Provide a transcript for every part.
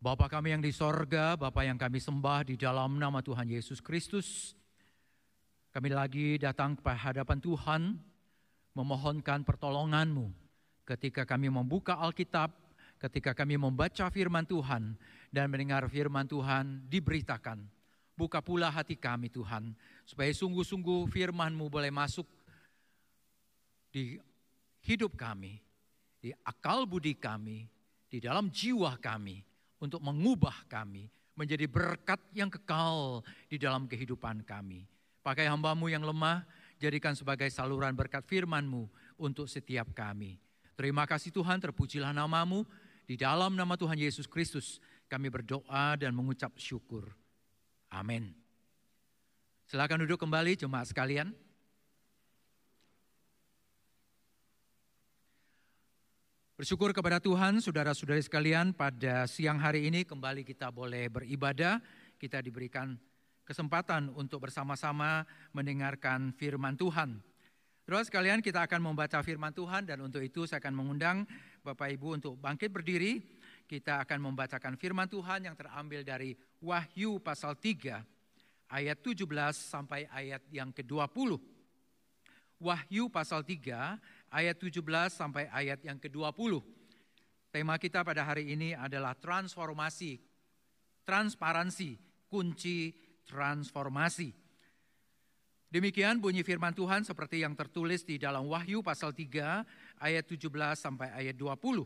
Bapa kami yang di sorga, Bapa yang kami sembah di dalam nama Tuhan Yesus Kristus, kami lagi datang ke hadapan Tuhan, memohonkan pertolongan-Mu ketika kami membuka Alkitab, ketika kami membaca firman Tuhan dan mendengar firman Tuhan diberitakan. Buka pula hati kami Tuhan, supaya sungguh-sungguh firman-Mu boleh masuk di hidup kami, di akal budi kami, di dalam jiwa kami, untuk mengubah kami menjadi berkat yang kekal di dalam kehidupan kami. Pakai hamba-Mu yang lemah, jadikan sebagai saluran berkat firman-Mu untuk setiap kami. Terima kasih Tuhan, terpujilah nama-Mu. Di dalam nama Tuhan Yesus Kristus kami berdoa dan mengucap syukur. Amin. Silakan duduk kembali jemaat sekalian. Bersyukur kepada Tuhan, saudara-saudari sekalian, pada siang hari ini kembali kita boleh beribadah. Kita diberikan kesempatan untuk bersama-sama mendengarkan firman Tuhan. Saudara sekalian, kita akan membaca firman Tuhan dan untuk itu saya akan mengundang Bapak Ibu untuk bangkit berdiri. Kita akan membacakan firman Tuhan yang terambil dari Wahyu pasal 3 ayat 17 sampai ayat yang ke-20. Wahyu pasal 3 ayat 17 sampai ayat yang ke-20. Tema kita pada hari ini adalah transformasi, transparansi, kunci transformasi. Demikian bunyi firman Tuhan seperti yang tertulis di dalam Wahyu pasal 3 ayat 17 sampai ayat 20.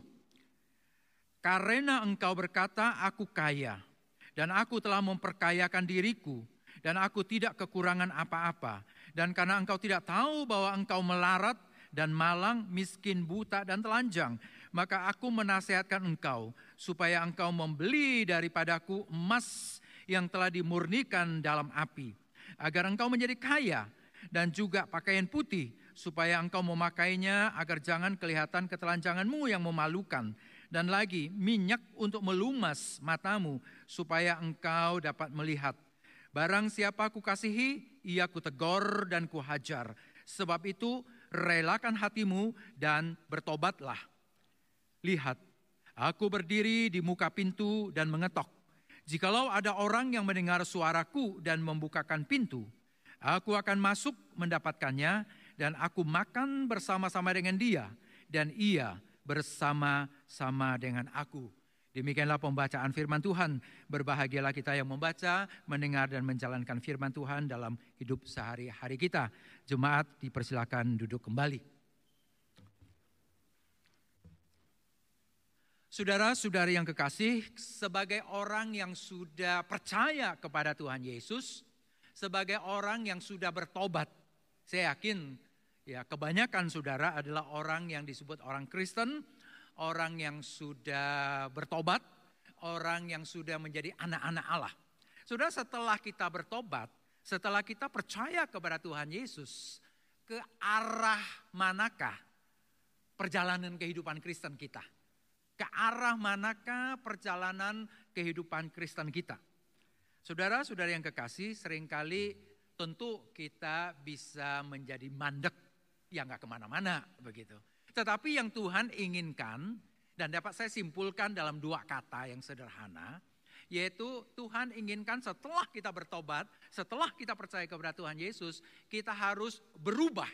Karena engkau berkata, aku kaya dan aku telah memperkayakan diriku dan aku tidak kekurangan apa-apa. Dan karena engkau tidak tahu bahwa engkau melarat dan malang, miskin, buta dan telanjang, maka aku menasihatkan engkau supaya engkau membeli daripadaku emas yang telah dimurnikan dalam api, agar engkau menjadi kaya, dan juga pakaian putih supaya engkau memakainya agar jangan kelihatan ketelanjanganmu yang memalukan, dan lagi minyak untuk melumas matamu supaya engkau dapat melihat. Barang siapa kukasihi, ia kutegor dan kuhajar. Sebab itu relakan hatimu dan bertobatlah. Lihat, aku berdiri di muka pintu dan mengetok. Jikalau ada orang yang mendengar suaraku dan membukakan pintu, aku akan masuk mendapatkannya dan aku makan bersama-sama dengan dia dan ia bersama-sama dengan aku. Demikianlah pembacaan firman Tuhan. Berbahagialah kita yang membaca, mendengar dan menjalankan firman Tuhan dalam hidup sehari-hari kita. Jemaat dipersilakan duduk kembali. Saudara-saudari yang kekasih, sebagai orang yang sudah percaya kepada Tuhan Yesus, sebagai orang yang sudah bertobat, saya yakin ya kebanyakan saudara adalah orang yang disebut orang Kristen, orang yang sudah bertobat, orang yang sudah menjadi anak-anak Allah. Saudara, setelah kita bertobat, setelah kita percaya kepada Tuhan Yesus, ke arah manakah perjalanan kehidupan Kristen kita? Ke arah manakah perjalanan kehidupan Kristen kita? Saudara-saudara yang kekasih, seringkali tentu kita bisa menjadi mandek, ya nggak kemana-mana begitu. Tetapi yang Tuhan inginkan dan dapat saya simpulkan dalam dua kata yang sederhana, yaitu Tuhan inginkan setelah kita bertobat, setelah kita percaya kepada Tuhan Yesus, kita harus berubah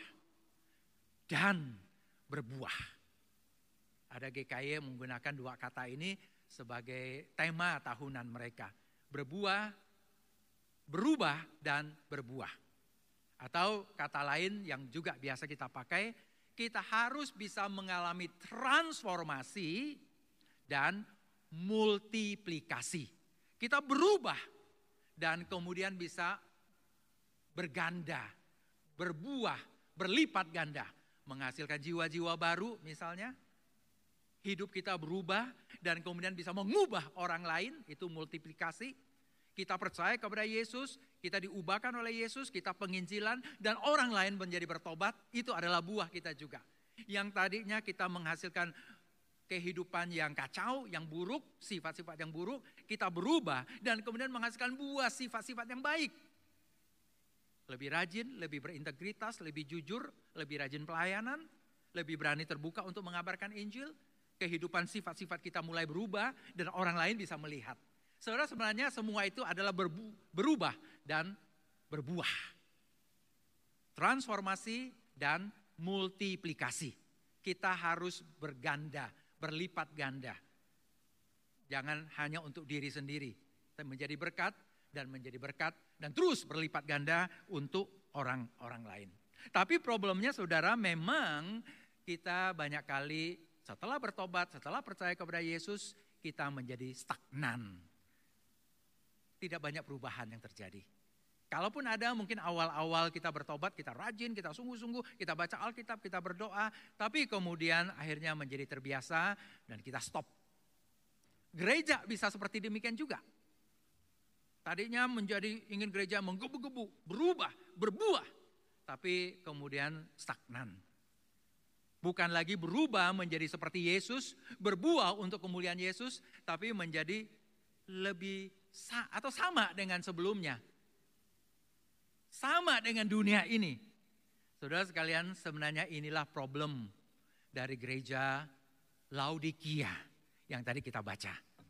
dan berbuah. Ada GKY menggunakan dua kata ini sebagai tema tahunan mereka. Berbuah, berubah dan berbuah. Atau kata lain yang juga biasa kita pakai, kita harus bisa mengalami transformasi dan multiplikasi. Kita berubah dan kemudian bisa berganda, berbuah, berlipat ganda. Menghasilkan jiwa-jiwa baru misalnya. Hidup kita berubah dan kemudian bisa mengubah orang lain, itu multiplikasi. Kita percaya kepada Yesus, kita diubahkan oleh Yesus, kita penginjilan, dan orang lain menjadi bertobat, itu adalah buah kita juga. Yang tadinya kita menghasilkan kehidupan yang kacau, yang buruk, sifat-sifat yang buruk, kita berubah dan kemudian menghasilkan buah sifat-sifat yang baik. Lebih rajin, lebih berintegritas, lebih jujur, lebih rajin pelayanan, lebih berani terbuka untuk mengabarkan Injil, kehidupan sifat-sifat kita mulai berubah dan orang lain bisa melihat. Saudara, sebenarnya semua itu adalah berubah dan berbuah. Transformasi dan multiplikasi. Kita harus berganda, berlipat ganda. Jangan hanya untuk diri sendiri. Menjadi berkat dan terus berlipat ganda untuk orang-orang lain. Tapi problemnya saudara, memang kita banyak kali setelah bertobat, setelah percaya kepada Yesus, kita menjadi stagnan. Tidak banyak perubahan yang terjadi. Kalaupun ada, mungkin awal-awal kita bertobat, kita rajin, kita sungguh-sungguh, kita baca Alkitab, kita berdoa. Tapi kemudian akhirnya menjadi terbiasa dan kita stop. Gereja bisa seperti demikian juga. Tadinya ingin gereja menggebu-gebu, berubah, berbuah. Tapi kemudian stagnan. Bukan lagi berubah menjadi seperti Yesus, berbuah untuk kemuliaan Yesus, tapi menjadi lebih atau sama dengan sebelumnya. Sama dengan dunia ini. Saudara sekalian, sebenarnya inilah problem dari gereja Laodikia yang tadi kita baca.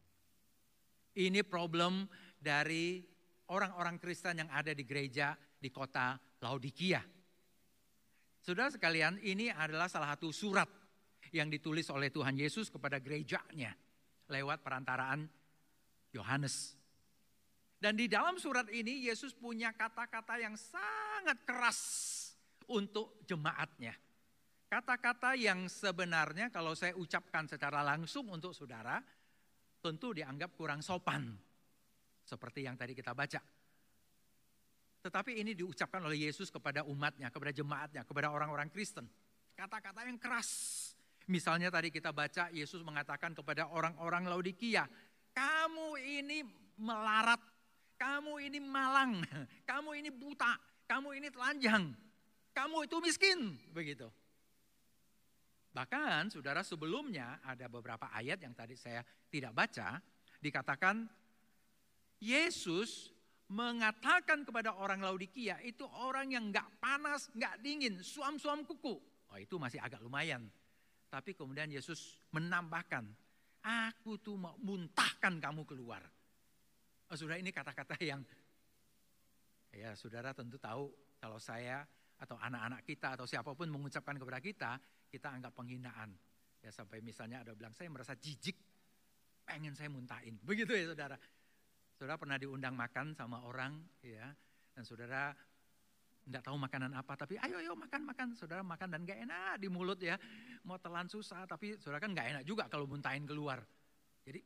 Ini problem dari orang-orang Kristen yang ada di gereja di kota Laodikia. Saudara sekalian, ini adalah salah satu surat yang ditulis oleh Tuhan Yesus kepada gerejanya lewat perantaraan Yohanes. Dan di dalam surat ini Yesus punya kata-kata yang sangat keras untuk jemaatnya. Kata-kata yang sebenarnya kalau saya ucapkan secara langsung untuk saudara, tentu dianggap kurang sopan. Seperti yang tadi kita baca. Tetapi ini diucapkan oleh Yesus kepada umatnya, kepada jemaatnya, kepada orang-orang Kristen. Kata-kata yang keras. Misalnya tadi kita baca Yesus mengatakan kepada orang-orang Laodikia, kamu ini melarat, kamu ini malang, kamu ini buta, kamu ini telanjang, kamu itu miskin, begitu. Bahkan saudara, sebelumnya ada beberapa ayat yang tadi saya tidak baca, dikatakan Yesus mengatakan kepada orang Laodikia itu orang yang gak panas, gak dingin, suam-suam kuku. Oh, itu masih agak lumayan. Tapi kemudian Yesus menambahkan, aku tuh mau muntahkan kamu keluar. Oh, saudara, ini kata-kata yang ya saudara tentu tahu kalau saya atau anak-anak kita atau siapapun mengucapkan kepada kita anggap penghinaan. Ya sampai misalnya ada bilang saya merasa jijik, pengen saya muntahin. Begitu ya saudara. Saudara pernah diundang makan sama orang ya, dan saudara enggak tahu makanan apa, tapi ayo makan. Saudara makan dan gak enak di mulut ya. Mau telan susah, tapi saudara kan gak enak juga kalau muntahin keluar. Jadi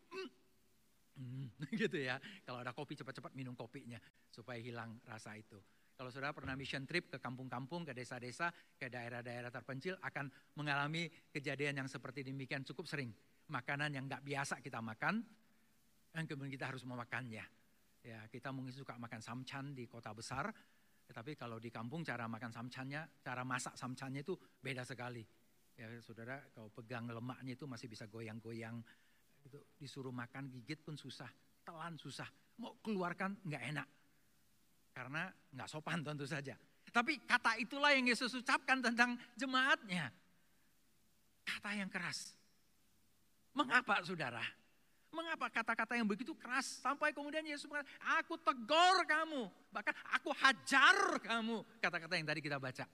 gitu ya. Kalau ada kopi cepat-cepat minum kopinya supaya hilang rasa itu. Kalau saudara pernah mission trip ke kampung-kampung, ke desa-desa, ke daerah-daerah terpencil akan mengalami kejadian yang seperti demikian cukup sering. Makanan yang gak biasa kita makan, dan kemudian kita harus memakannya. Ya, kita mungkin suka makan samcan di kota besar, tetapi kalau di kampung cara makan samcannya, cara masak samcannya itu beda sekali. Ya, saudara kalau pegang lemaknya itu masih bisa goyang-goyang. Itu disuruh makan gigit pun susah, telan susah, mau keluarkan nggak enak. Karena nggak sopan tentu saja. Tapi kata itulah yang Yesus ucapkan tentang jemaatnya. Kata yang keras. Mengapa saudara? Mengapa kata-kata yang begitu keras sampai kemudian Yesus mengatakan, aku tegur kamu, bahkan aku hajar kamu. Kata-kata yang tadi kita baca.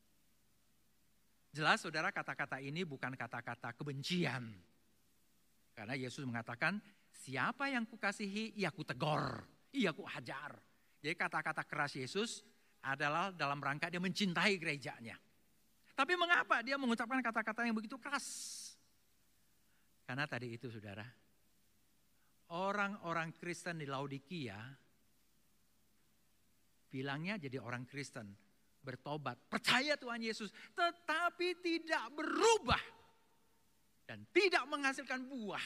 Jelas saudara, kata-kata ini bukan kata-kata kebencian. Karena Yesus mengatakan, siapa yang kukasihi, ia kutegur, ia kuhajar. Jadi kata-kata keras Yesus adalah dalam rangka dia mencintai gerejanya. Tapi mengapa dia mengucapkan kata-kata yang begitu keras? Karena tadi itu saudara, orang-orang Kristen di Laodikia bilangnya jadi orang Kristen, bertobat, percaya Tuhan Yesus, tetapi tidak berubah dan tidak menghasilkan buah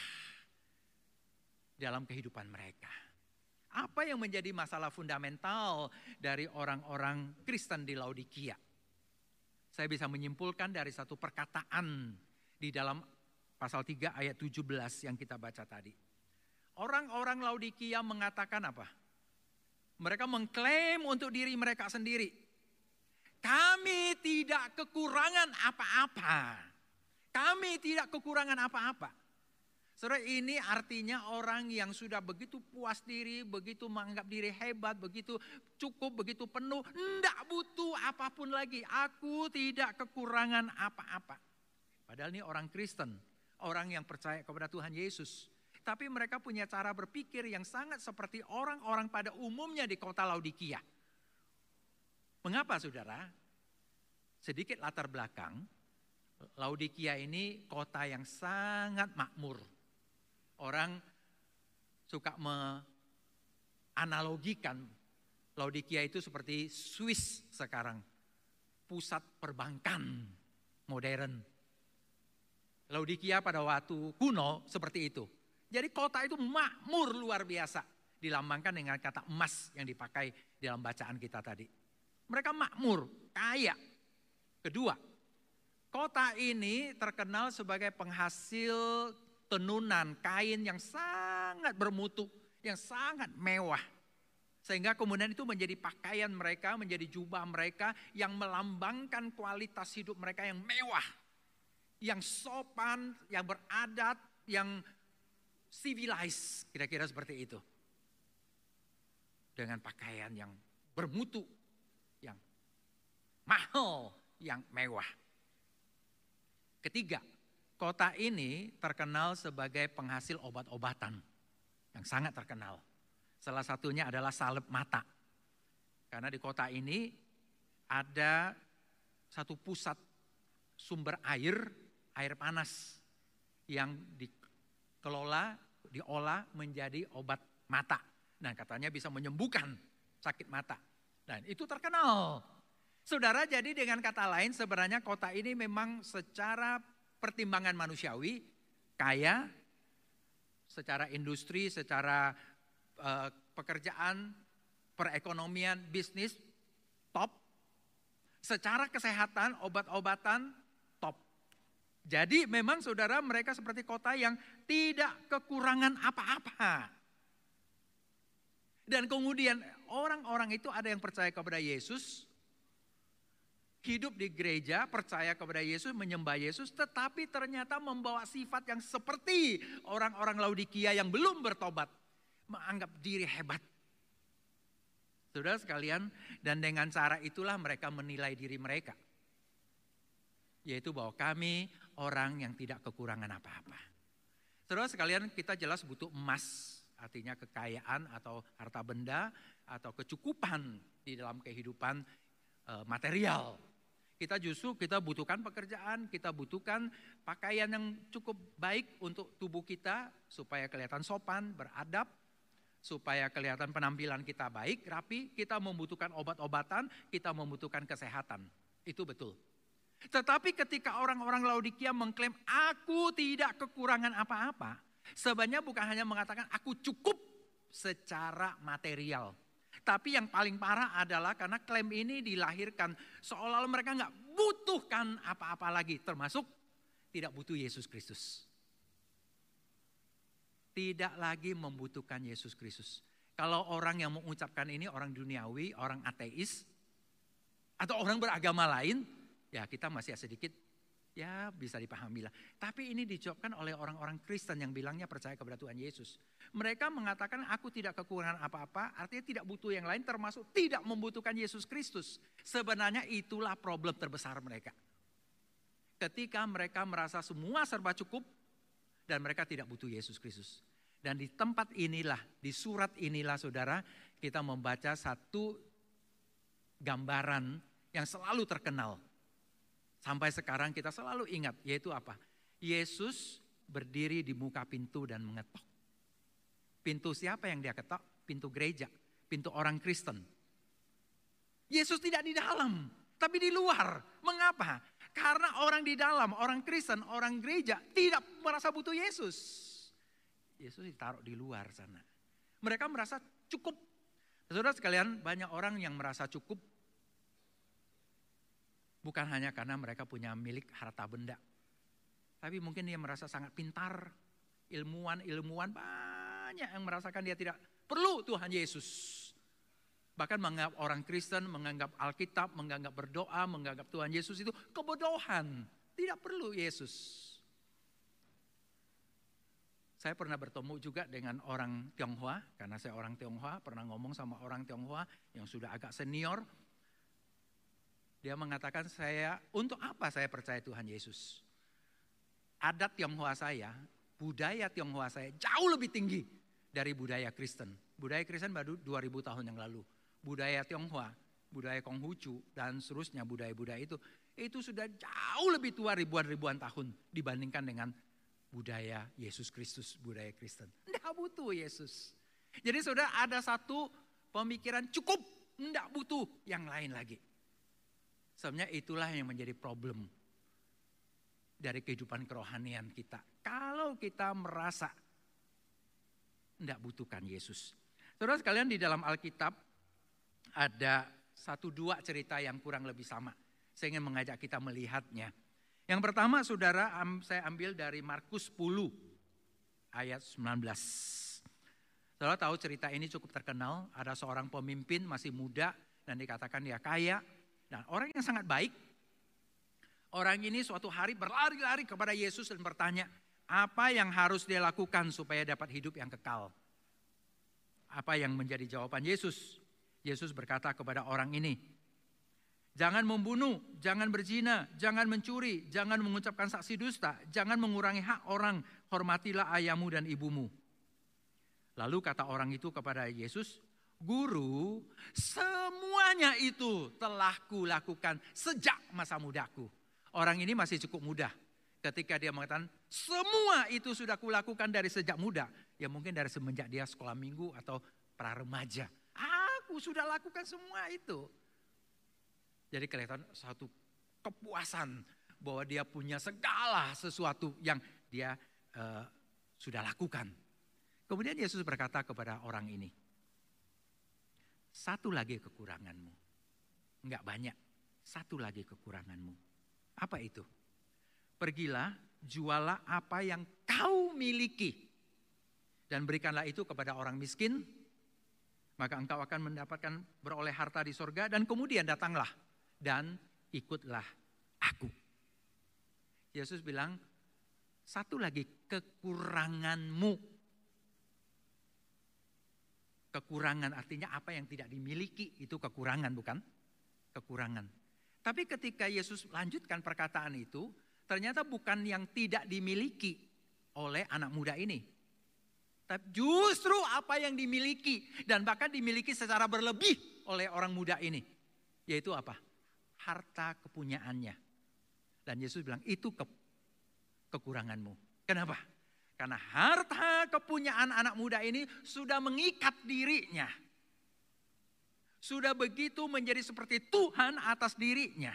dalam kehidupan mereka. Apa yang menjadi masalah fundamental dari orang-orang Kristen di Laodikia? Saya bisa menyimpulkan dari satu perkataan di dalam pasal 3 ayat 17 yang kita baca tadi. Orang-orang Laodikia mengatakan apa? Mereka mengklaim untuk diri mereka sendiri. Kami tidak kekurangan apa-apa. Kami tidak kekurangan apa-apa. Saudara, ini artinya orang yang sudah begitu puas diri, begitu menganggap diri hebat, begitu cukup, begitu penuh, tidak butuh apapun lagi. Aku tidak kekurangan apa-apa. Padahal ini orang Kristen, orang yang percaya kepada Tuhan Yesus. Tapi mereka punya cara berpikir yang sangat seperti orang-orang pada umumnya di kota Laodikia. Mengapa saudara? Sedikit latar belakang, Laodikia ini kota yang sangat makmur. Orang suka menganalogikan Laodikia itu seperti Swiss sekarang. Pusat perbankan modern. Laodikia pada waktu kuno seperti itu. Jadi kota itu makmur luar biasa. Dilambangkan dengan kata emas yang dipakai dalam bacaan kita tadi. Mereka makmur, kaya. Kedua, kota ini terkenal sebagai penghasil tenunan kain yang sangat bermutu, yang sangat mewah. Sehingga kemudian itu menjadi pakaian mereka, menjadi jubah mereka yang melambangkan kualitas hidup mereka yang mewah. Yang sopan, yang beradat, yang civilized, kira-kira seperti itu. Dengan pakaian yang bermutu, yang mahal, yang mewah. Ketiga, kota ini terkenal sebagai penghasil obat-obatan yang sangat terkenal. Salah satunya adalah salep mata. Karena di kota ini ada satu pusat sumber air panas yang dikelola, diolah menjadi obat mata. Nah, katanya bisa menyembuhkan sakit mata. Dan itu terkenal. Saudara, jadi dengan kata lain sebenarnya kota ini memang secara pertimbangan manusiawi, kaya, secara industri, secara pekerjaan, perekonomian, bisnis, top. Secara kesehatan, obat-obatan, top. Jadi memang saudara mereka seperti kota yang tidak kekurangan apa-apa. Dan kemudian orang-orang itu ada yang percaya kepada Yesus, hidup di gereja, percaya kepada Yesus, menyembah Yesus, tetapi ternyata membawa sifat yang seperti orang-orang Laodikia yang belum bertobat, menganggap diri hebat. Saudara sekalian, dan dengan cara itulah mereka menilai diri mereka. Yaitu bahwa kami orang yang tidak kekurangan apa-apa. Saudara sekalian, kita jelas butuh emas, artinya kekayaan atau harta benda, atau kecukupan di dalam kehidupan material. Kita butuhkan pekerjaan, kita butuhkan pakaian yang cukup baik untuk tubuh kita supaya kelihatan sopan, beradab, supaya kelihatan penampilan kita baik, rapi. Kita membutuhkan obat-obatan, kita membutuhkan kesehatan. Itu betul. Tetapi ketika orang-orang Laodikia mengklaim aku tidak kekurangan apa-apa, sebenarnya bukan hanya mengatakan aku cukup secara material. Tapi yang paling parah adalah karena klaim ini dilahirkan seolah-olah mereka nggak butuhkan apa-apa lagi, termasuk tidak butuh Yesus Kristus. Tidak lagi membutuhkan Yesus Kristus. Kalau orang yang mengucapkan ini orang duniawi, orang ateis, atau orang beragama lain, ya kita masih sedikit ya bisa dipahami lah. Tapi ini dijawabkan oleh orang-orang Kristen yang bilangnya percaya kepada Tuhan Yesus. Mereka mengatakan aku tidak kekurangan apa-apa, artinya tidak butuh yang lain termasuk tidak membutuhkan Yesus Kristus. Sebenarnya itulah problem terbesar mereka. Ketika mereka merasa semua serba cukup dan mereka tidak butuh Yesus Kristus. Dan di tempat inilah, di surat inilah saudara, kita membaca satu gambaran yang selalu terkenal. Sampai sekarang kita selalu ingat, yaitu apa? Yesus berdiri di muka pintu dan mengetok. Pintu siapa yang dia ketok? Pintu gereja, pintu orang Kristen. Yesus tidak di dalam, tapi di luar. Mengapa? Karena orang di dalam, orang Kristen, orang gereja tidak merasa butuh Yesus. Yesus ditaruh di luar sana. Mereka merasa cukup. Saudara sekalian, banyak orang yang merasa cukup bukan hanya karena mereka punya milik harta benda. Tapi mungkin dia merasa sangat pintar, ilmuwan banyak yang merasakan dia tidak perlu Tuhan Yesus. Bahkan menganggap orang Kristen, menganggap Alkitab, menganggap berdoa, menganggap Tuhan Yesus itu kebodohan. Tidak perlu Yesus. Saya pernah bertemu juga dengan orang Tionghoa, karena saya orang Tionghoa, pernah ngomong sama orang Tionghoa yang sudah agak senior. Dia mengatakan, untuk apa saya percaya Tuhan Yesus? Adat Tionghoa saya, budaya Tionghoa saya jauh lebih tinggi dari budaya Kristen. Budaya Kristen baru 2000 tahun yang lalu. Budaya Tionghoa, budaya Konghucu dan seterusnya budaya-budaya itu sudah jauh lebih tua ribuan tahun dibandingkan dengan budaya Yesus Kristus, budaya Kristen. Tidak butuh Yesus. Jadi saudara, ada satu pemikiran cukup, tidak butuh yang lain lagi. Sebenarnya itulah yang menjadi problem dari kehidupan kerohanian kita. Kalau kita merasa tidak butuhkan Yesus. Saudara sekalian, di dalam Alkitab ada 1-2 cerita yang kurang lebih sama. Saya ingin mengajak kita melihatnya. Yang pertama saudara, saya ambil dari Markus 10 ayat 19. Saudara tahu cerita ini cukup terkenal. Ada seorang pemimpin masih muda dan dikatakan dia kaya. Dan orang yang sangat baik. Orang ini suatu hari berlari-lari kepada Yesus dan bertanya, apa yang harus dia lakukan supaya dapat hidup yang kekal? Apa yang menjadi jawaban Yesus? Yesus berkata kepada orang ini, jangan membunuh, jangan berzina, jangan mencuri, jangan mengucapkan saksi dusta, jangan mengurangi hak orang, hormatilah ayahmu dan ibumu. Lalu kata orang itu kepada Yesus, Guru, semuanya itu telah kulakukan sejak masa mudaku. Orang ini masih cukup muda. Ketika dia mengatakan, semua itu sudah kulakukan dari sejak muda. Ya mungkin dari semenjak dia sekolah minggu atau pra-remaja. Aku sudah lakukan semua itu. Jadi kelihatan satu kepuasan bahwa dia punya segala sesuatu yang dia sudah lakukan. Kemudian Yesus berkata kepada orang ini, satu lagi kekuranganmu. Enggak banyak, satu lagi kekuranganmu. Apa itu? Pergilah, jualah apa yang kau miliki. Dan berikanlah itu kepada orang miskin. Maka engkau akan mendapatkan beroleh harta di sorga. Dan kemudian datanglah dan ikutlah aku. Yesus bilang, satu lagi kekuranganmu. Kekurangan artinya apa yang tidak dimiliki, itu kekurangan bukan? Kekurangan. Tapi ketika Yesus lanjutkan perkataan itu, ternyata bukan yang tidak dimiliki oleh anak muda ini. Tapi justru apa yang dimiliki dan bahkan dimiliki secara berlebih oleh orang muda ini. Yaitu apa? Harta kepunyaannya. Dan Yesus bilang itu kekuranganmu. Kenapa? Karena harta kepunyaan anak muda ini sudah mengikat dirinya. Sudah begitu menjadi seperti Tuhan atas dirinya.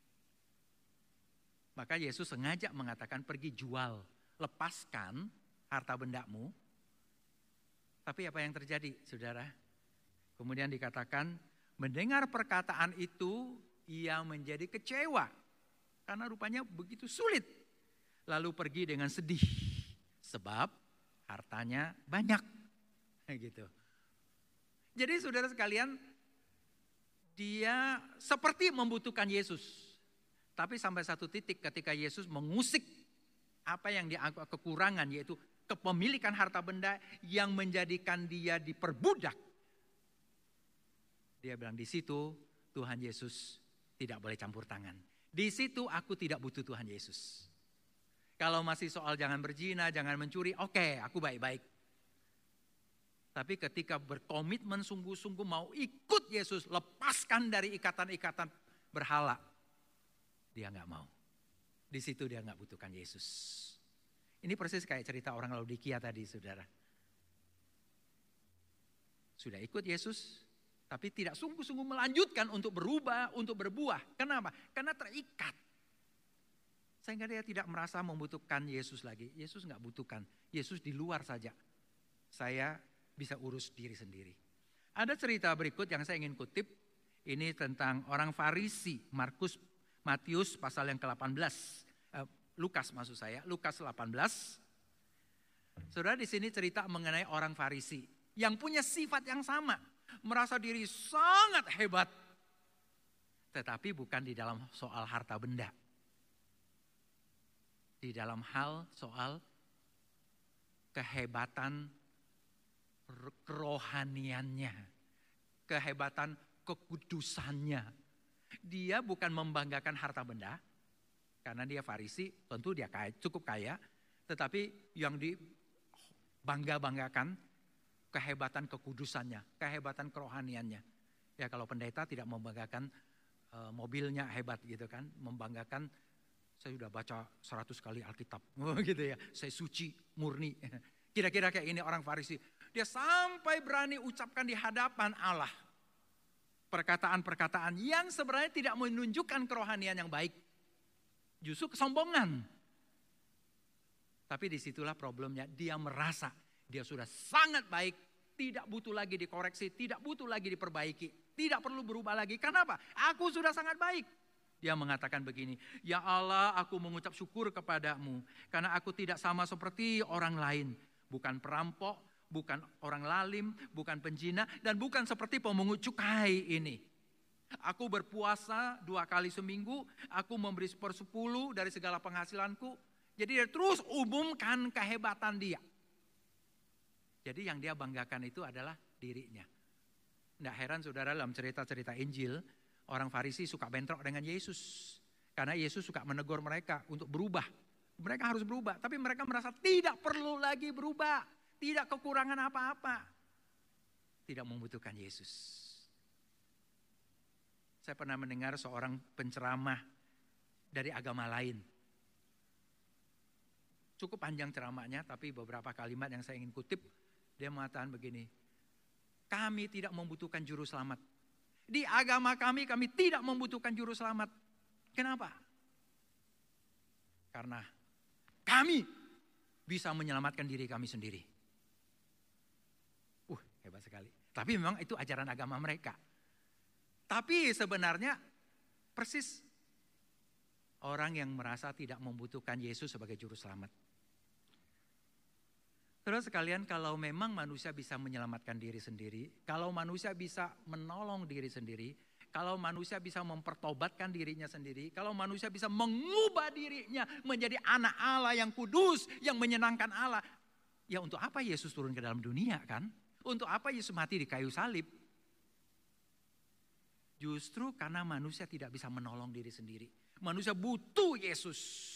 Maka Yesus sengaja mengatakan pergi jual, lepaskan harta bendamu. Tapi apa yang terjadi saudara? Kemudian dikatakan mendengar perkataan itu ia menjadi kecewa. Karena rupanya begitu sulit. Lalu pergi dengan sedih. Sebab hartanya banyak. Gitu. Jadi saudara sekalian, dia seperti membutuhkan Yesus. Tapi sampai satu titik ketika Yesus mengusik apa yang dianggap kekurangan, yaitu kepemilikan harta benda yang menjadikan dia diperbudak. Dia bilang di situ Tuhan Yesus tidak boleh campur tangan. Di situ aku tidak butuh Tuhan Yesus. Kalau masih soal jangan berzina, jangan mencuri, oke, aku baik-baik. Tapi ketika berkomitmen sungguh-sungguh mau ikut Yesus, lepaskan dari ikatan-ikatan berhala, dia nggak mau. Di situ dia nggak butuhkan Yesus. Ini persis kayak cerita orang Laodikia tadi, saudara. Sudah ikut Yesus, tapi tidak sungguh-sungguh melanjutkan untuk berubah, untuk berbuah. Kenapa? Karena terikat. Sehingga dia tidak merasa membutuhkan Yesus lagi. Yesus nggak butuhkan. Yesus di luar saja. Saya bisa urus diri sendiri. Ada cerita berikut yang saya ingin kutip. Ini tentang orang Farisi. Matius pasal yang ke-18. Lukas maksud saya. Lukas 18. Saudara, di sini cerita mengenai orang Farisi. Yang punya sifat yang sama. Merasa diri sangat hebat. Tetapi bukan di dalam soal harta benda. di dalam hal soal kehebatan kerohaniannya, kehebatan kekudusannya. Dia bukan membanggakan harta benda, karena dia Farisi, tentu dia kaya, cukup kaya. Tetapi yang dibangga-banggakan kehebatan kekudusannya, kehebatan kerohaniannya. Ya kalau pendeta tidak membanggakan mobilnya hebat gitu kan, membanggakan saya sudah baca 100 kali Alkitab, gitu ya, saya suci, murni. Kira-kira kayak ini orang Farisi. Dia sampai berani ucapkan di hadapan Allah perkataan-perkataan yang sebenarnya tidak menunjukkan kerohanian yang baik. Justru kesombongan. Tapi disitulah problemnya, dia merasa dia sudah sangat baik, tidak butuh lagi dikoreksi, tidak butuh lagi diperbaiki, tidak perlu berubah lagi. Kenapa? Aku sudah sangat baik. Dia mengatakan begini, ya Allah, aku mengucap syukur kepadamu karena aku tidak sama seperti orang lain. Bukan perampok, bukan orang lalim, bukan penjina, dan bukan seperti pemungut cukai ini. Aku berpuasa 2 kali seminggu, aku memberi 1/10 dari segala penghasilanku. Jadi dia terus umumkan kehebatan dia. Jadi yang dia banggakan itu adalah dirinya. Tidak heran saudara, dalam cerita-cerita Injil, orang Farisi suka bentrok dengan Yesus. Karena Yesus suka menegur mereka untuk berubah. Mereka harus berubah, tapi mereka merasa tidak perlu lagi berubah. Tidak kekurangan apa-apa. Tidak membutuhkan Yesus. Saya pernah mendengar seorang penceramah dari agama lain. Cukup panjang ceramahnya, tapi beberapa kalimat yang saya ingin kutip. Dia mengatakan begini, kami tidak membutuhkan juru selamat. Di agama kami tidak membutuhkan juru selamat. Kenapa? Karena kami bisa menyelamatkan diri kami sendiri. Hebat sekali. Tapi memang itu ajaran agama mereka. Tapi sebenarnya persis orang yang merasa tidak membutuhkan Yesus sebagai juru selamat. Terus sekalian, kalau memang manusia bisa menyelamatkan diri sendiri, kalau manusia bisa menolong diri sendiri, kalau manusia bisa mempertobatkan dirinya sendiri, kalau manusia bisa mengubah dirinya menjadi anak Allah yang kudus, yang menyenangkan Allah, ya untuk apa Yesus turun ke dalam dunia kan? Untuk apa Yesus mati di kayu salib? Justru karena manusia tidak bisa menolong diri sendiri. Manusia butuh Yesus.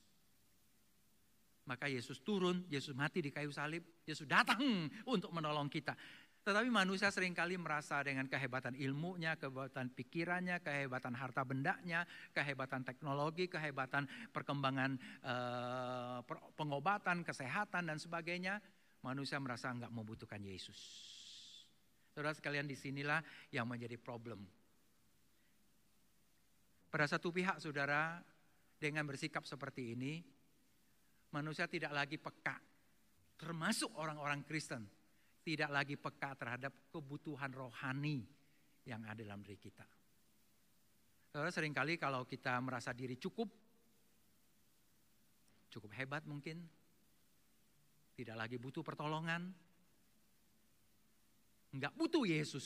Maka Yesus turun, Yesus mati di kayu salib, Yesus datang untuk menolong kita. Tetapi manusia seringkali merasa dengan kehebatan ilmunya, kehebatan pikirannya, kehebatan harta bendanya, kehebatan teknologi, kehebatan perkembangan pengobatan, kesehatan dan sebagainya. Manusia merasa enggak membutuhkan Yesus. Saudara sekalian, disinilah yang menjadi problem. Pada satu pihak saudara, dengan bersikap seperti ini, manusia tidak lagi peka, termasuk orang-orang Kristen, tidak lagi peka terhadap kebutuhan rohani yang ada dalam diri kita. Saudara, seringkali kalau kita merasa diri cukup hebat mungkin, tidak lagi butuh pertolongan, enggak butuh Yesus.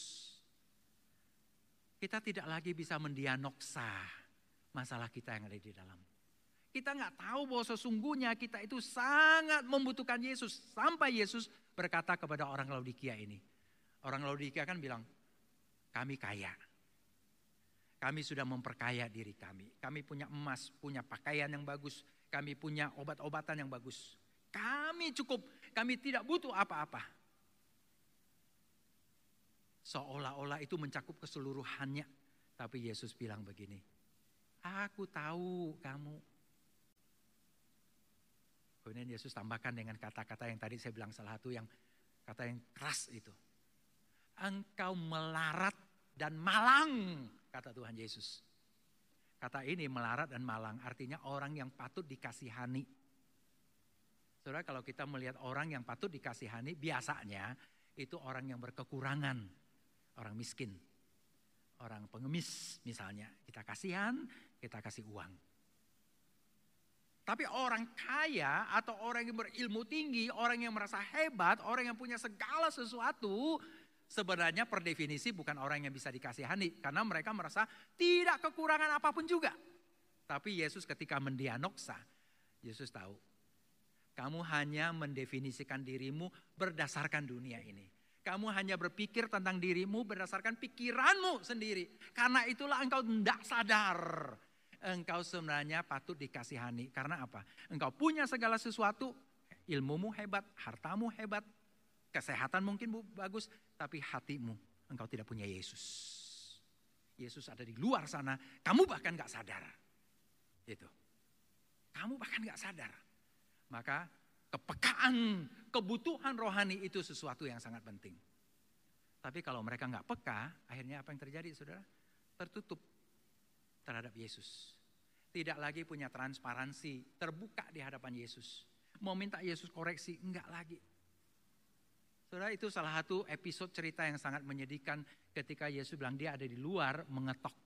Kita tidak lagi bisa mendiagnosa masalah kita yang ada di dalam. Kita nggak tahu bahwa sesungguhnya kita itu sangat membutuhkan Yesus. Sampai Yesus berkata kepada orang Laodikia ini. Orang Laodikia kan bilang, kami kaya. Kami sudah memperkaya diri kami. Kami punya emas, punya pakaian yang bagus. Kami punya obat-obatan yang bagus. Kami cukup, kami tidak butuh apa-apa. Seolah-olah itu mencakup keseluruhannya. Tapi Yesus bilang begini, aku tahu kamu. Kemudian Yesus tambahkan dengan kata-kata yang tadi saya bilang salah satu yang kata yang keras itu. Engkau melarat dan malang, kata Tuhan Yesus. Kata ini melarat dan malang artinya orang yang patut dikasihani. Saudara, kalau kita melihat orang yang patut dikasihani biasanya itu orang yang berkekurangan, orang miskin, orang pengemis misalnya. Kita kasihan, kita kasih uang. Tapi orang kaya atau orang yang berilmu tinggi, orang yang merasa hebat, orang yang punya segala sesuatu, sebenarnya per definisi bukan orang yang bisa dikasihani. Karena mereka merasa tidak kekurangan apapun juga. Tapi Yesus ketika mendiagnosa, Yesus tahu. Kamu hanya mendefinisikan dirimu berdasarkan dunia ini. Kamu hanya berpikir tentang dirimu berdasarkan pikiranmu sendiri. Karena itulah engkau tidak sadar. Engkau sebenarnya patut dikasihani. Karena apa? Engkau punya segala sesuatu. Ilmumu hebat, hartamu hebat. Kesehatan mungkin bagus. Tapi hatimu, engkau tidak punya Yesus. Yesus ada di luar sana. Kamu bahkan gak sadar. Itu. Kamu bahkan gak sadar. Maka kepekaan, kebutuhan rohani itu sesuatu yang sangat penting. Tapi kalau mereka gak peka, akhirnya apa yang terjadi saudara? Tertutup terhadap Yesus. Tidak lagi punya transparansi, terbuka di hadapan Yesus. Mau minta Yesus koreksi, enggak lagi. Saudara, itu salah satu episode cerita yang sangat menyedihkan ketika Yesus bilang dia ada di luar mengetok.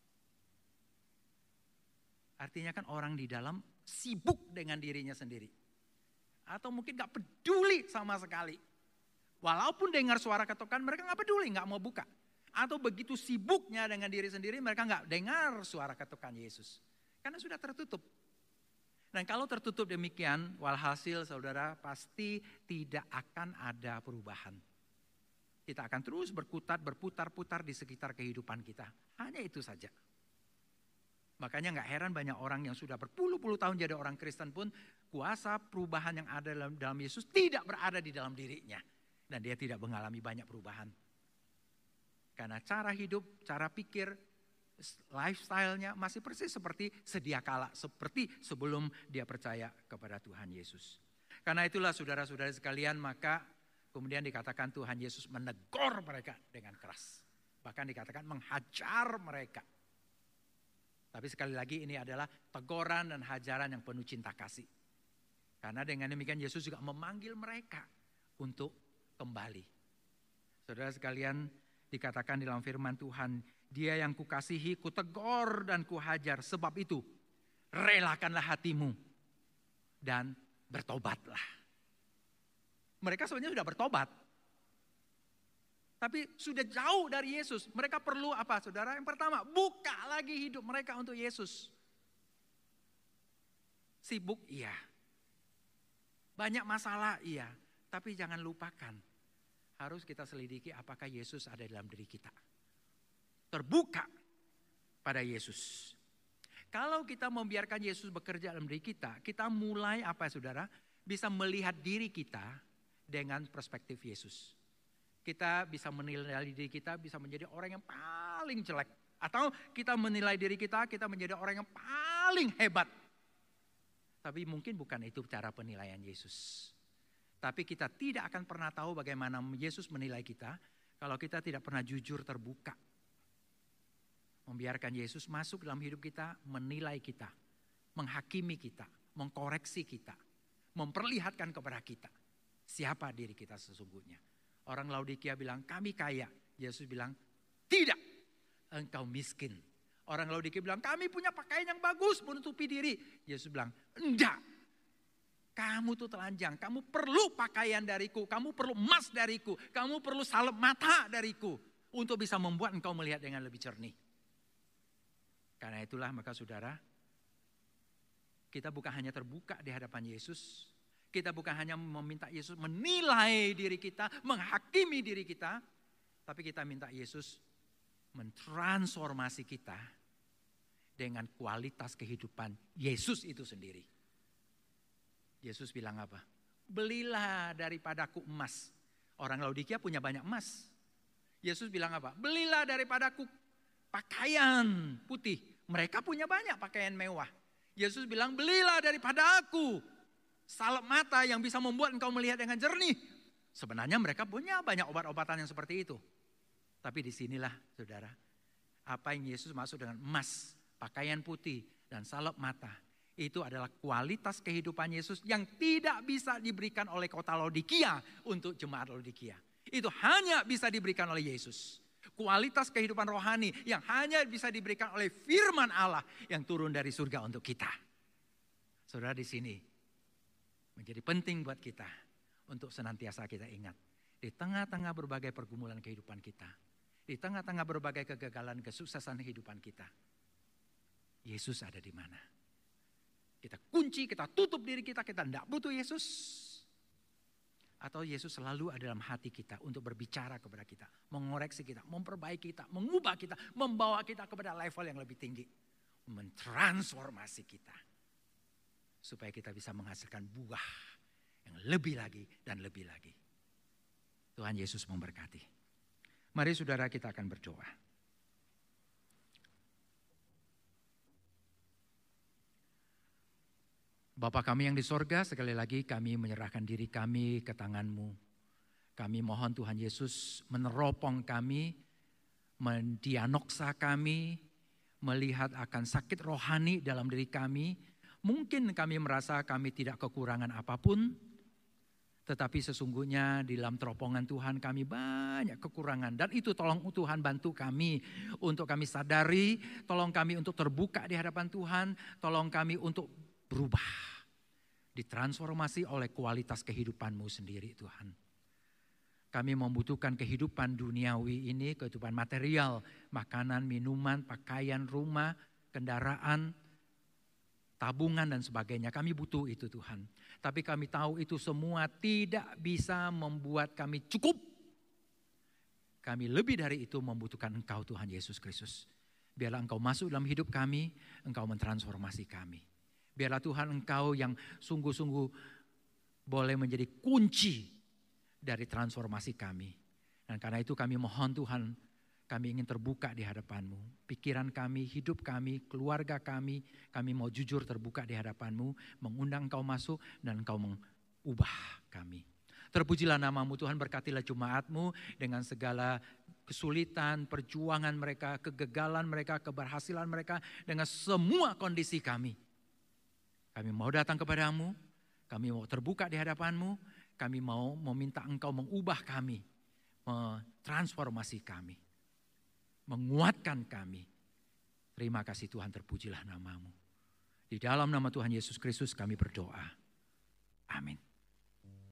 Artinya kan orang di dalam sibuk dengan dirinya sendiri. Atau mungkin gak peduli sama sekali. Walaupun dengar suara ketokan mereka gak peduli, gak mau buka. Atau begitu sibuknya dengan diri sendiri mereka gak dengar suara ketokan Yesus. Karena sudah tertutup. Dan kalau tertutup demikian, walhasil saudara pasti tidak akan ada perubahan. Kita akan terus berputar-putar di sekitar kehidupan kita. Hanya itu saja. Makanya gak heran banyak orang yang sudah berpuluh-puluh tahun jadi orang Kristen pun kuasa perubahan yang ada dalam Yesus tidak berada di dalam dirinya. Dan dia tidak mengalami banyak perubahan. Karena cara hidup, cara pikir, lifestyle-nya masih persis seperti sedia kala. Seperti sebelum dia percaya kepada Tuhan Yesus. Karena itulah saudara-saudara sekalian maka kemudian dikatakan Tuhan Yesus menegur mereka dengan keras. Bahkan dikatakan menghajar mereka. Tapi sekali lagi ini adalah teguran dan hajaran yang penuh cinta kasih. Karena dengan demikian Yesus juga memanggil mereka untuk kembali. Saudara sekalian dikatakan di dalam firman Tuhan, dia yang kukasihi, kutegur dan kuhajar. Sebab itu relakanlah hatimu dan bertobatlah. Mereka sebenarnya sudah bertobat. Tapi sudah jauh dari Yesus. Mereka perlu apa saudara? Yang pertama, buka lagi hidup mereka untuk Yesus. Sibuk iya. Banyak masalah iya. Tapi jangan lupakan. Harus kita selidiki apakah Yesus ada dalam diri kita. Terbuka pada Yesus. Kalau kita membiarkan Yesus bekerja dalam diri kita. Kita mulai apa saudara? Bisa melihat diri kita dengan perspektif Yesus. Kita bisa menilai diri kita bisa menjadi orang yang paling jelek. Atau kita menilai diri kita menjadi orang yang paling hebat. Tapi mungkin bukan itu cara penilaian Yesus. Tapi kita tidak akan pernah tahu bagaimana Yesus menilai kita kalau kita tidak pernah jujur terbuka. Membiarkan Yesus masuk dalam hidup kita, menilai kita, menghakimi kita, mengkoreksi kita, memperlihatkan kepada kita siapa diri kita sesungguhnya. Orang Laodikia bilang, kami kaya. Yesus bilang, tidak, engkau miskin. Orang Laodikia bilang, kami punya pakaian yang bagus menutupi diri. Yesus bilang, enggak. Kamu tuh telanjang, kamu perlu pakaian dariku, kamu perlu emas dariku, kamu perlu salep mata dariku. Untuk bisa membuat engkau melihat dengan lebih jernih. Karena itulah maka saudara, kita bukan hanya terbuka di hadapan Yesus. Kita bukan hanya meminta Yesus menilai diri kita, menghakimi diri kita. Tapi kita minta Yesus mentransformasi kita dengan kualitas kehidupan Yesus itu sendiri. Yesus bilang apa? Belilah daripadaku emas. Orang Laodikia punya banyak emas. Yesus bilang apa? Belilah daripadaku pakaian putih. Mereka punya banyak pakaian mewah. Yesus bilang belilah daripada aku salep mata yang bisa membuat engkau melihat dengan jernih. Sebenarnya mereka punya banyak obat-obatan yang seperti itu. Tapi disinilah saudara, apa yang Yesus maksud dengan emas, pakaian putih, dan salep mata. Itu adalah kualitas kehidupan Yesus yang tidak bisa diberikan oleh kota Laodikia untuk jemaat Laodikia. Itu hanya bisa diberikan oleh Yesus. Kualitas kehidupan rohani yang hanya bisa diberikan oleh firman Allah yang turun dari surga untuk kita. Saudara di sini. Menjadi penting buat kita untuk senantiasa kita ingat. Di tengah-tengah berbagai pergumulan kehidupan kita. Di tengah-tengah berbagai kegagalan kesuksesan kehidupan kita. Yesus ada di mana? Kita kunci, kita tutup diri kita tidak butuh Yesus. Atau Yesus selalu ada dalam hati kita untuk berbicara kepada kita, mengoreksi kita, memperbaiki kita, mengubah kita, membawa kita kepada level yang lebih tinggi. Mentransformasi kita. Supaya kita bisa menghasilkan buah yang lebih lagi dan lebih lagi. Tuhan Yesus memberkati. Mari saudara kita akan berdoa. Bapa kami yang di sorga, sekali lagi kami menyerahkan diri kami ke tangan-Mu. Kami mohon Tuhan Yesus meneropong kami, mendiagnosa kami, melihat akan sakit rohani dalam diri kami. Mungkin kami merasa kami tidak kekurangan apapun, tetapi sesungguhnya di dalam teropongan Tuhan kami banyak kekurangan. Dan itu tolong Tuhan bantu kami untuk kami sadari, tolong kami untuk terbuka di hadapan Tuhan, tolong kami untuk berubah. Ditransformasi oleh kualitas kehidupan-Mu sendiri Tuhan. Kami membutuhkan kehidupan duniawi ini, kehidupan material, makanan, minuman, pakaian, rumah, kendaraan, tabungan dan sebagainya. Kami butuh itu Tuhan. Tapi kami tahu itu semua tidak bisa membuat kami cukup. Kami lebih dari itu membutuhkan Engkau Tuhan Yesus Kristus. Biarlah Engkau masuk dalam hidup kami, Engkau mentransformasi kami. Biarlah Tuhan Engkau yang sungguh-sungguh boleh menjadi kunci dari transformasi kami. Dan karena itu kami mohon Tuhan, kami ingin terbuka di hadapan-Mu. Pikiran kami, hidup kami, keluarga kami mau jujur terbuka di hadapan-Mu. Mengundang Engkau masuk dan Engkau mengubah kami. Terpujilah nama-Mu Tuhan, berkatilah jemaat-Mu dengan segala kesulitan, perjuangan mereka, kegagalan mereka, keberhasilan mereka, dengan semua kondisi kami. Kami mau datang kepadamu, kami mau terbuka di hadapan-Mu, kami mau meminta Engkau mengubah kami, mentransformasi kami, menguatkan kami. Terima kasih Tuhan, terpujilah nama-Mu. Di dalam nama Tuhan Yesus Kristus kami berdoa. Amin.